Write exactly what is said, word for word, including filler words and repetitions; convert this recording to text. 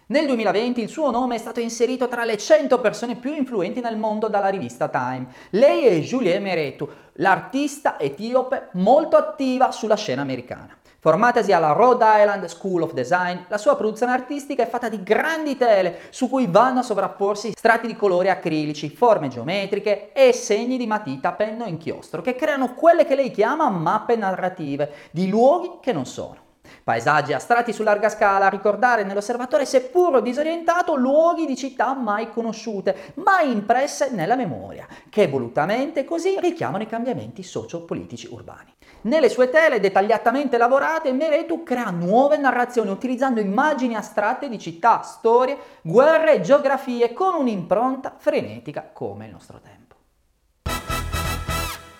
Nel duemilaventi il suo nome è stato inserito tra le cento persone più influenti nel mondo dalla rivista Time. Lei è Julie Meretu, l'artista etiope molto attiva sulla scena americana. Formatasi alla Rhode Island School of Design, la sua produzione artistica è fatta di grandi tele su cui vanno a sovrapporsi strati di colori acrilici, forme geometriche e segni di matita, penno e inchiostro che creano quelle che lei chiama mappe narrative di luoghi che non sono. Paesaggi astratti su larga scala a ricordare nell'osservatore, seppur disorientato, luoghi di città mai conosciute, mai impresse nella memoria, che volutamente così richiamano i cambiamenti socio-politici urbani. Nelle sue tele dettagliatamente lavorate, Meretu crea nuove narrazioni utilizzando immagini astratte di città, storie, guerre e geografie con un'impronta frenetica come il nostro tempo.